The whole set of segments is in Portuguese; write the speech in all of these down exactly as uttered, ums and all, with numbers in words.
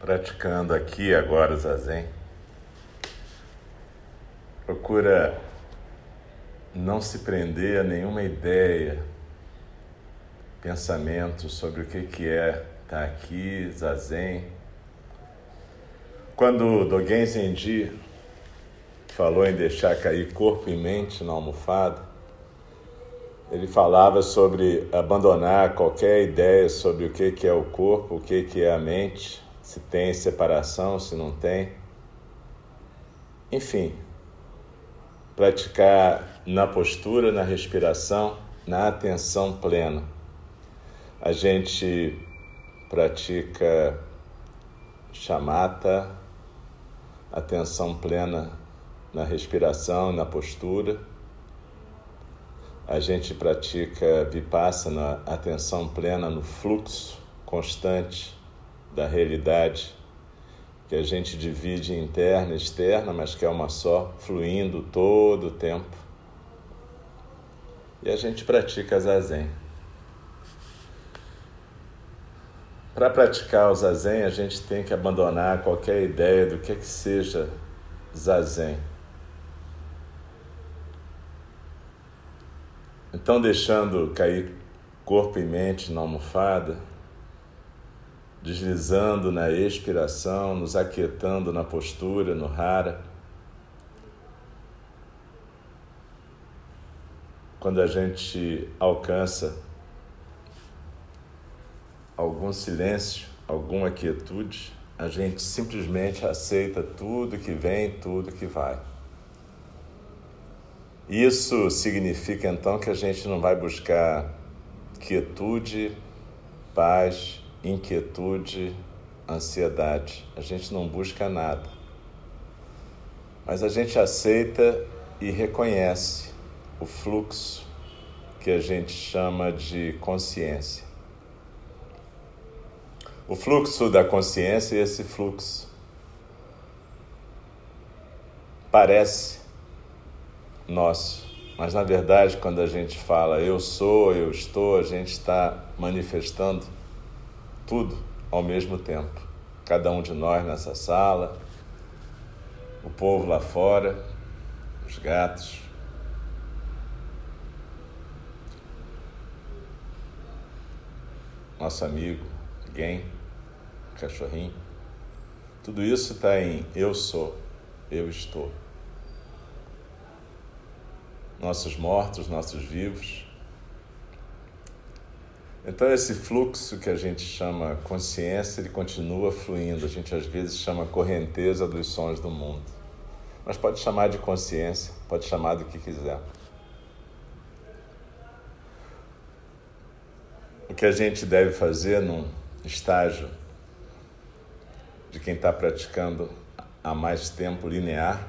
praticando aqui agora o Zazen, procura não se prender a nenhuma ideia, pensamento sobre o que que é estar aqui, Zazen. Quando Dogen Zenji falou em deixar cair corpo e mente na almofada, ele falava sobre abandonar qualquer ideia sobre o que que é o corpo, o que que é a mente, se tem separação, se não tem. Enfim, praticar na postura, na respiração, na atenção plena. A gente pratica shamatha, atenção plena na respiração e na postura. A gente pratica vipassana, atenção plena no fluxo constante da realidade, que a gente divide em interna e externa, mas que é uma só, fluindo todo o tempo. E a gente pratica Zazen. Para praticar o Zazen, a gente tem que abandonar qualquer ideia do que que seja Zazen. Então, deixando cair corpo e mente na almofada, deslizando na expiração, nos aquietando na postura, no hara. Quando a gente alcança algum silêncio, alguma quietude, a gente simplesmente aceita tudo que vem, tudo que vai. Isso significa, então, que a gente não vai buscar quietude, paz, inquietude, ansiedade. A gente não busca nada. Mas a gente aceita e reconhece o fluxo que a gente chama de consciência. O fluxo da consciência, esse fluxo parece nosso, mas na verdade quando a gente fala eu sou, eu estou, a gente está manifestando tudo ao mesmo tempo. Cada um de nós nessa sala, o povo lá fora, os gatos, nosso amigo, alguém, cachorrinho. Tudo isso está em eu sou, eu estou. Nossos mortos, nossos vivos. Então esse fluxo que a gente chama consciência, ele continua fluindo. A gente às vezes chama correnteza dos sons do mundo. Mas pode chamar de consciência, pode chamar do que quiser. O que a gente deve fazer num estágio de quem está praticando há mais tempo linear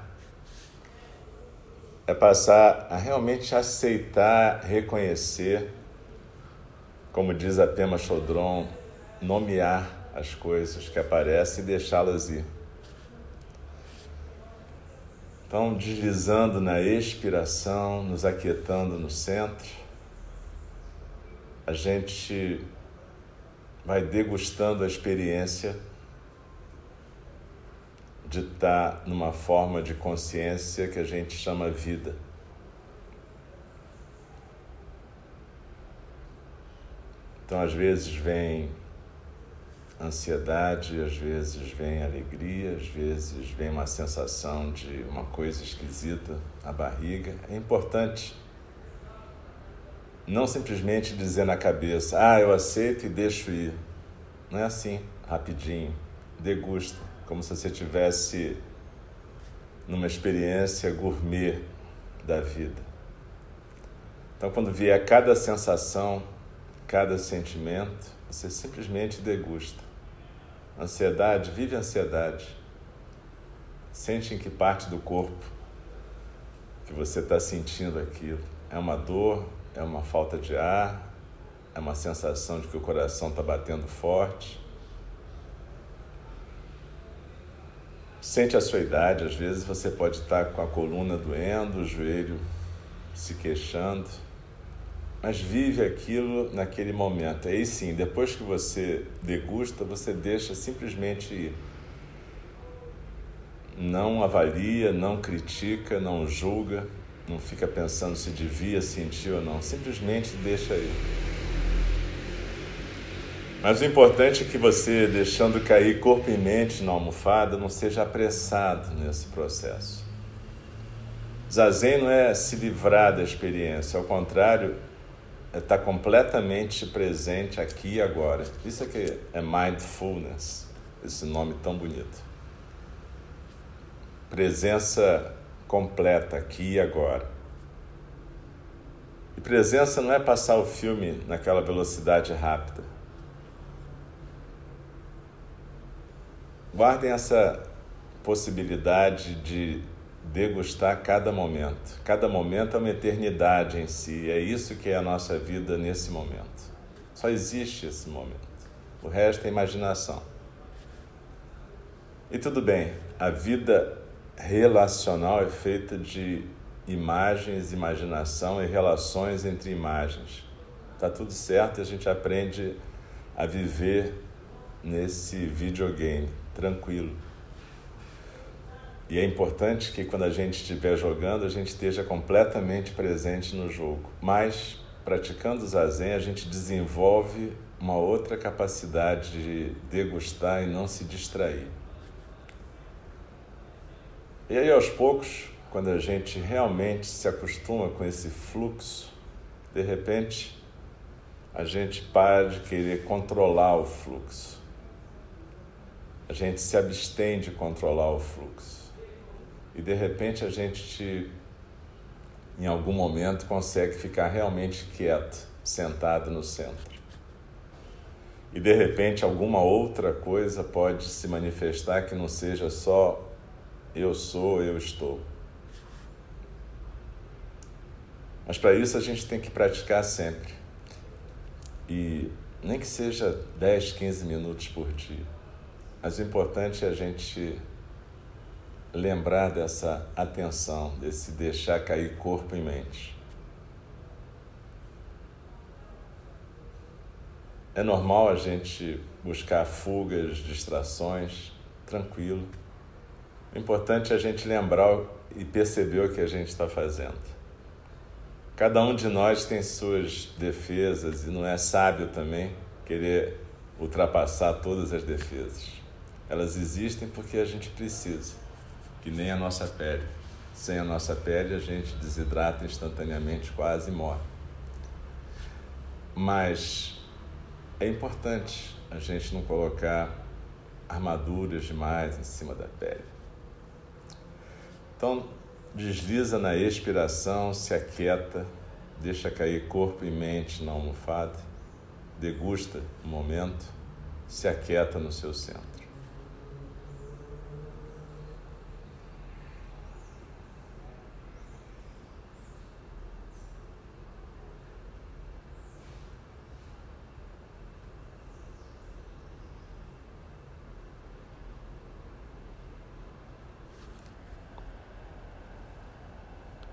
é passar a realmente aceitar, reconhecer, como diz a Pema Chodron, nomear as coisas que aparecem e deixá-las ir. Então, deslizando na expiração, nos aquietando no centro, a gente vai degustando a experiência de estar numa forma de consciência que a gente chama vida. Então, às vezes vem ansiedade, às vezes vem alegria, às vezes vem uma sensação de uma coisa esquisita na barriga. É importante não simplesmente dizer na cabeça, ah, eu aceito e deixo ir. Não é assim, rapidinho. Degusta, como se você estivesse numa experiência gourmet da vida. Então, quando vier cada sensação, cada sentimento, você simplesmente degusta. Ansiedade, vive a ansiedade. Sente em que parte do corpo que você está sentindo aquilo. É uma dor, é uma falta de ar, é uma sensação de que o coração está batendo forte. Sente a sua idade, às vezes você pode estar com a coluna doendo, o joelho se queixando. mas vive aquilo naquele momento. Aí sim, depois que você degusta, você deixa simplesmente ir. Não avalia, não critica, não julga, não fica pensando se devia sentir ou não, simplesmente deixa ir. Mas o importante é que você, deixando cair corpo e mente na almofada, não seja apressado nesse processo. Zazen não é se livrar da experiência, ao contrário, é estar completamente presente aqui e agora. Isso é que é mindfulness, esse nome tão bonito. Presença completa aqui e agora. E presença não é passar o filme naquela velocidade rápida. Guardem essa possibilidade de degustar cada momento. Cada momento é uma eternidade em si. É isso que é a nossa vida nesse momento. Só existe esse momento. O resto é imaginação. E tudo bem, a vida relacional é feita de imagens, imaginação e relações entre imagens. Tá tudo certo e a gente aprende a viver nesse videogame, tranquilo. E é importante que quando a gente estiver jogando, a gente esteja completamente presente no jogo. Mas, praticando o Zazen, a gente desenvolve uma outra capacidade de degustar e não se distrair. E aí, aos poucos, quando a gente realmente se acostuma com esse fluxo, de repente, a gente para de querer controlar o fluxo. A gente se abstém de controlar o fluxo. E, de repente, a gente, em algum momento, consegue ficar realmente quieto, sentado no centro. E, de repente, alguma outra coisa pode se manifestar que não seja só eu sou, eu estou. Mas, para isso, a gente tem que praticar sempre. E nem que seja dez, quinze minutos por dia. Mas o importante é a gente lembrar dessa atenção, desse deixar cair corpo e mente. É normal a gente buscar fugas, distrações, tranquilo. O importante é a gente lembrar e perceber o que a gente está fazendo. Cada um de nós tem suas defesas e não é sábio também querer ultrapassar todas as defesas. Elas existem porque a gente precisa. Que nem a nossa pele. Sem a nossa pele, a gente desidrata instantaneamente, quase morre. Mas é importante a gente não colocar armaduras demais em cima da pele. Então, desliza na expiração, se aquieta, deixa cair corpo e mente na almofada, degusta o momento, se aquieta no seu centro.